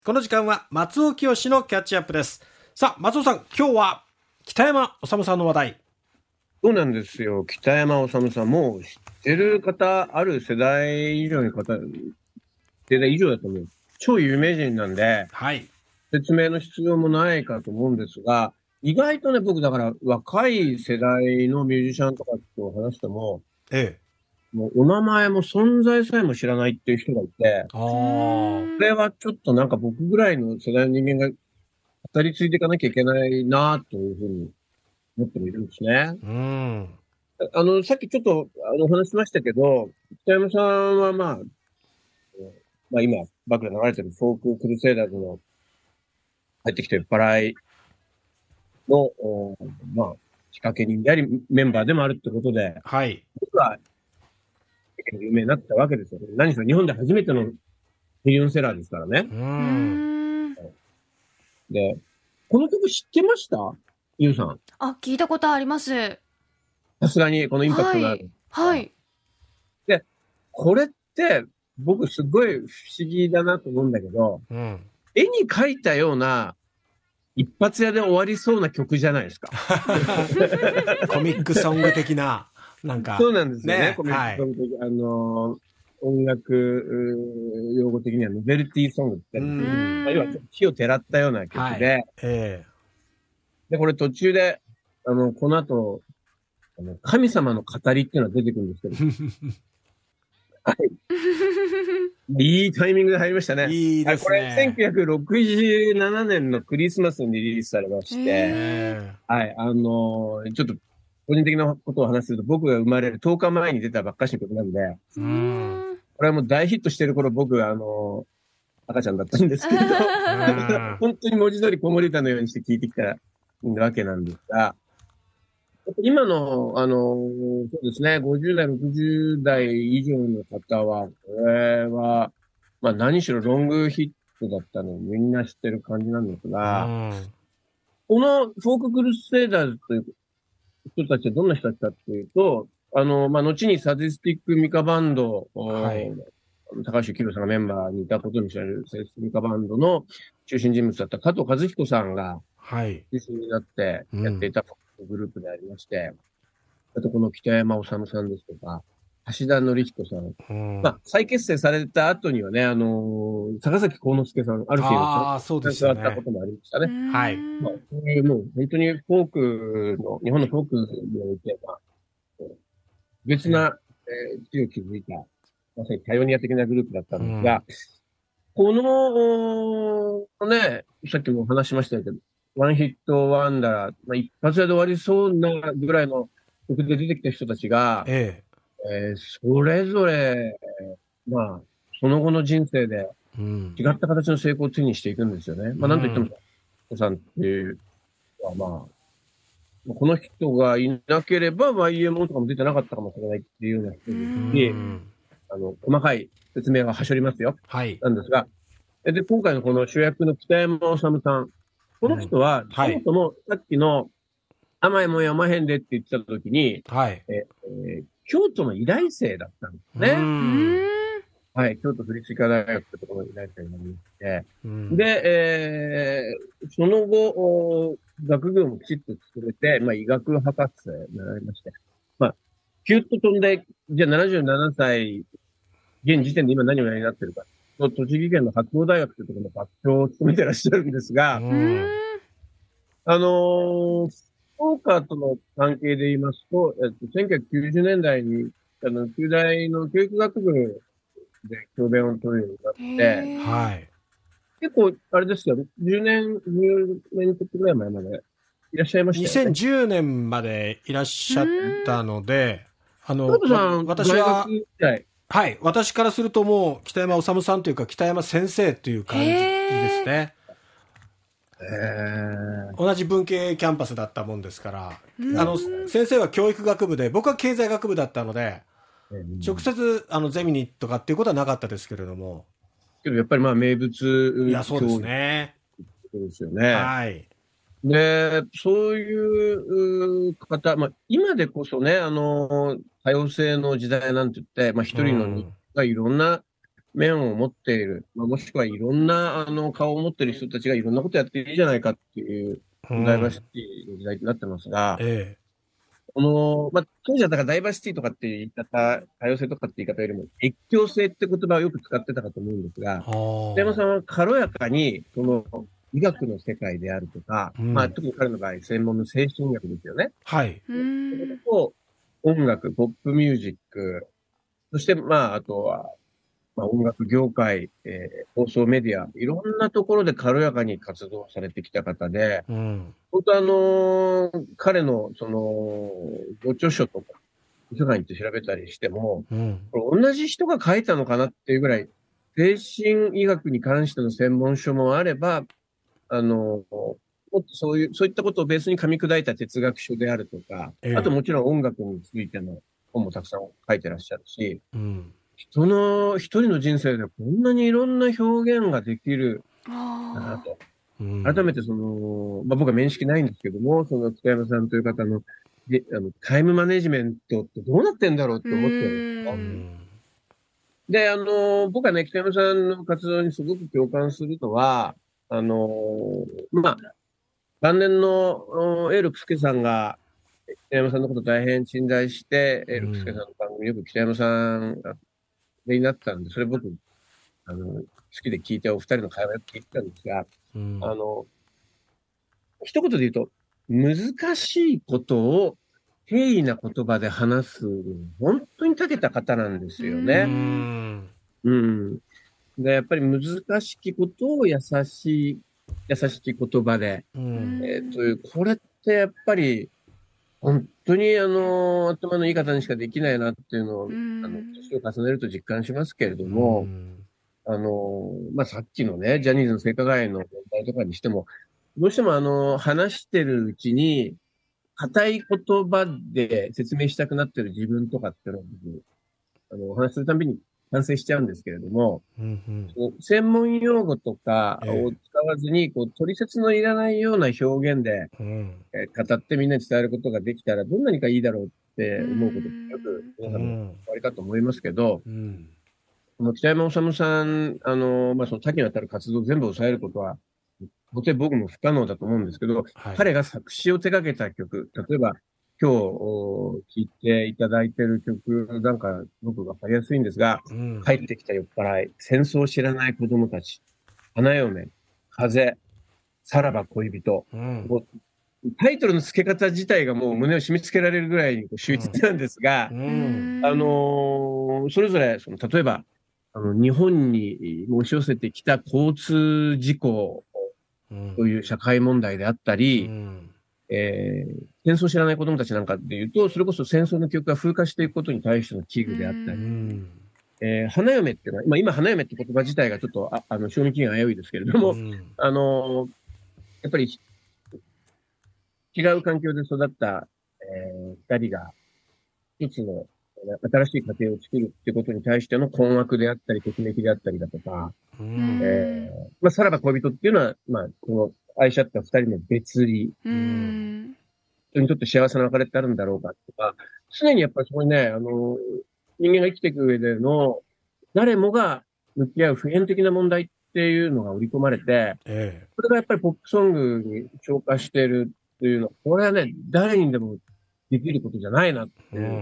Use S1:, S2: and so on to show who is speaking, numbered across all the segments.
S1: この時間は松尾清のキャッチアップです。さあ、松尾さん、今日は北山治さんの話題。
S2: そうなんですよ。北山治さん、もう知ってる方、ある世代以上の方、世代以上だと思う。超有名人なんで、
S1: はい。
S2: 説明の必要もないかと思うんですが、意外とね、僕だから若い世代のミュージシャンとかと話しても、
S1: ええ。
S2: もうお名前も存在さえも知らないっていう人がいて、
S1: ああ。
S2: これはちょっとなんか僕ぐらいの世代の人間が語り継いでいかなきゃいけないなというふうに思ってもいるんですね。
S1: うん。
S2: さっきちょっと、お話ししましたけど、北山さんは今、バックで流れてるフォーククルセイダーズの入ってきてるバラいの、仕掛け人であり、メンバーでもあるってことで、
S1: はい。
S2: 僕は、有名になったわけですよ。何しろ日本で初めてのミリオンセラーですからね。
S1: うん。
S2: で、この曲知ってました？ゆうさん。
S3: 聞いたことあります。
S2: さすがにこのインパクトがある。
S3: はい。
S2: で、これって、僕すごい不思議だなと思うんだけど、
S1: うん。
S2: 絵に描いたような一発屋で終わりそうな曲じゃないですか。
S1: コミックソング的な、なんか。
S2: そうなんですよね。
S1: コミックソング的。
S2: 音楽用語的にはノベルティソングって言ったりするんです。要は火を照らったような曲で、で、これ途中で、この後、神様の語りっていうのが出てくるんですけど、はい。いいタイミングで入りましたね。
S1: いいですね。
S2: これ、1967年のクリスマスにリリースされまして、はい。ちょっと、個人的なことを話すると、僕が生まれる10日前に出たばっかしの曲なんで、これはもう大ヒットしてる頃、僕、赤ちゃんだったんですけど、本当に文字通り子守歌のようにして聴いてきたわけなんですが、今の、そうですね、50代、60代以上の方は、これは、何しろロングヒットだったのをみんな知ってる感じなんですが、このフォーククルセイダーズという人たちはどんな人たちかっていうと、後にサディスティックミカバンド、高橋宏さんがメンバーにいたことに知られるサディスティックミカバンドの中心人物だった加藤和彦さんが、中心になってやっていたグループでありまして、あとこの北山治さんですとか、橋田典彦さん。再結成された後にはね、坂崎幸之助さん、ある日の座ったこともありましたね。
S1: はい。
S2: そういうもう本当にフォークの、日本のフォークにおいては、別な、地を築いた、まさにパイオニア的なグループだったんですが、この、さっきも話しましたけど、ワンヒットワンダー、一発で終わりそうなぐらいの曲で出てきた人たちが、それぞれ、その後の人生で違った形の成功を手にしていくんですよね。なんといっても、おさんっていうのは、この人がいなければ YMO とかも出てなかったかもしれないっていうような人ですし、細かい説明ははしょりますよ。なんですが、で、今回のこの主役の北山治さん。この人は、そもそもさっきの、甘いもんやまへんでって言ってた時に、京都の医大生だったんですね。はい、京都府立医科大学ってところの医大生になりまして、で、その後、学業もきちっと作れて、医学博士になられまして、キュッと飛んで、じゃあ77歳、現時点で今何をやりになってるか。栃木県の白鴎大学というところの学長を務めてらっしゃるんですが、福岡との関係で言いますと、1990年代に、旧大の教育学部で教鞭を取るようになって、結構、あれですよ、10年ちょっとぐらい前までいらっしゃいましたよね。
S1: 2010年までいらっしゃったので、
S2: 私は、
S1: はい。私からするともう、北山治さんというか、北山先生という感じですね。同じ文系キャンパスだったもんですから、先生は教育学部で、僕は経済学部だったので、直接、ゼミにとかっていうことはなかったですけれども。
S2: けど、やっぱり名物。
S1: いや、そうですね。
S2: そうですよね。
S1: はい。
S2: で、そういう方、今でこそね、多様性の時代なんて言って、一人の人がいろんな面を持っている、もしくはいろんな顔を持っている人たちがいろんなことやっていいじゃないかっていうダイバーシティの時代になってますが、当時はだからダイバーシティとかっていう言い方、多様性とかって言い方よりも、越境性って言葉をよく使ってたかと思うんですが、北山さんは軽やかに、医学の世界であるとか、特に彼の場合、専門の精神学ですよね。
S1: はい。
S2: 音楽、ポップミュージック、そして、あとは、音楽業界、放送メディア、いろんなところで軽やかに活動されてきた方で、本当彼の、ご著書とか、図書館行って調べたりしても、これ同じ人が書いたのかなっていうぐらい、精神医学に関しての専門書もあれば、もっとそういったことをベースに噛み砕いた哲学書であるとか、あともちろん音楽についての本もたくさん書いてらっしゃるし、一人の人生でこんなにいろんな表現ができるなと。改めて僕は面識ないんですけども、北山さんという方の、タイムマネジメントってどうなってんだろうって思ってるんですよ。で、僕はね、北山さんの活動にすごく共感するのは、晩年の永六輔さんが、北山さんのこと大変信頼して、永六輔さんの番組よく北山さんがになってたんで、それ僕、好きで聞いて、お二人の会話を聞いてたんですが、一言で言うと、難しいことを平易な言葉で話す、本当に長けた方なんですよね。で、やっぱり難しきことを優しき言葉で、これってやっぱり、本当に頭のいい方にしかできないなっていうのを、年を重ねると実感しますけれども、さっきのね、ジャニーズの性加害の問題とかにしても、どうしても話してるうちに、硬い言葉で説明したくなってる自分とかっていうのを、お話しするたびに反省しちゃうんですけれども、専門用語とかを使わずに、取説のいらないような表現で、語ってみんなに伝えることができたら、どんなにかいいだろうって思うことよく、皆さんもおありかと思いますけど、北山治さん、その多岐にわたる活動を全部抑えることは、とても僕も不可能だと思うんですけど、彼が作詞を手掛けた曲、例えば、今日聴いていただいている曲なんか、僕わかりやすいんですが、帰ってきた酔っ払い、戦争を知らない子供たち、花嫁、風、さらば恋人、タイトルの付け方自体がもう胸を締め付けられるぐらい秀逸なんですが、それぞれ、例えば、日本に押し寄せてきた交通事故という社会問題であったり、戦争を知らない子供たちなんかで言うと、それこそ戦争の記憶が風化していくことに対しての危惧であったり、花嫁っていうのは、今花嫁って言葉自体がちょっと、賞味期限危ういですけれども、やっぱり違う環境で育った、二人が一つの新しい家庭を作るってことに対しての困惑であったり、ときめきであったりだとか、さらば恋人っていうのは、この愛し合った二人の別離、人にとって幸せな別れってあるんだろうかとか、常にやっぱりそこにね、人間が生きていく上での、誰もが向き合う普遍的な問題っていうのが織り込まれて、それがやっぱりポップソングに昇華しているっていうのは、これはね、誰にでもできることじゃないなっていう。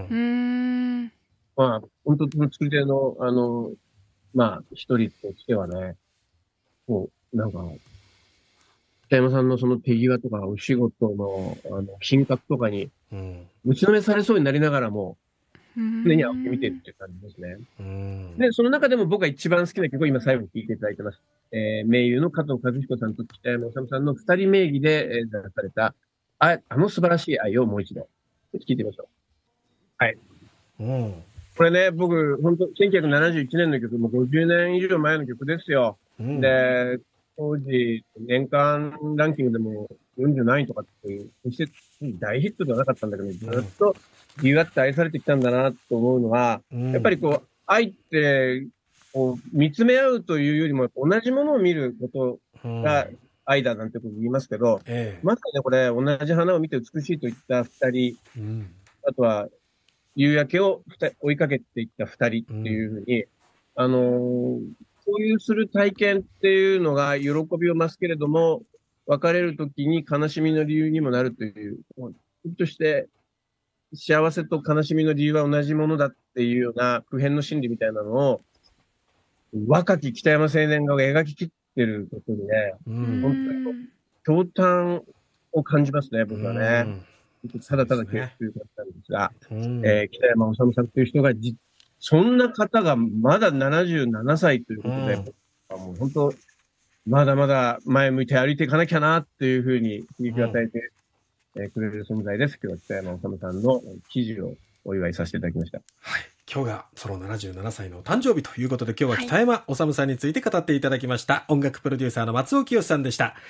S2: 本当に作り手の、一人としてはね、なんか、北山さんのその手際とかお仕事の、品格とかに、打ちのめされそうになりながらも、常に仰ぎ見てるっていう感じですね。で、その中でも僕が一番好きな曲を今最後に聴いていただいてます。名優の加藤和彦さんと北山治さんの二人名義で出された、素晴らしい愛をもう一度、聴いてみましょう。はい。これね、僕、本当1971年の曲、もう50年以上前の曲ですよ。で、当時、年間ランキングでも40何位とかっていう、決して大ヒットではなかったんだけど、ずっと理由あって愛されてきたんだなと思うのは、やっぱり愛って、見つめ合うというよりも、同じものを見ることが愛だなんてこと言いますけど、まさにね、これ、同じ花を見て美しいと言った二人、あとは、夕焼けを追いかけていった二人っていうふうに、 共有する体験っていうのが喜びを増すけれども、別れるときに悲しみの理由にもなるという、として幸せと悲しみの理由は同じものだっていうような普遍の心理みたいなのを、若き北山青年が描き切ってることにね、本当に驚嘆を感じますね、僕はね。ただただ恐縮だったんですが、北山治さんという人がそんな方がまだ77歳ということで、もう本当、まだまだ前向いて歩いていかなきゃなっていうふうに刺激を与えてくれる存在です。今日は北山治さんの記事をお祝いさせていただきました。
S1: はい。今日がその77歳の誕生日ということで、今日は北山治さんについて語っていただきました。音楽プロデューサーの松尾清さんでした。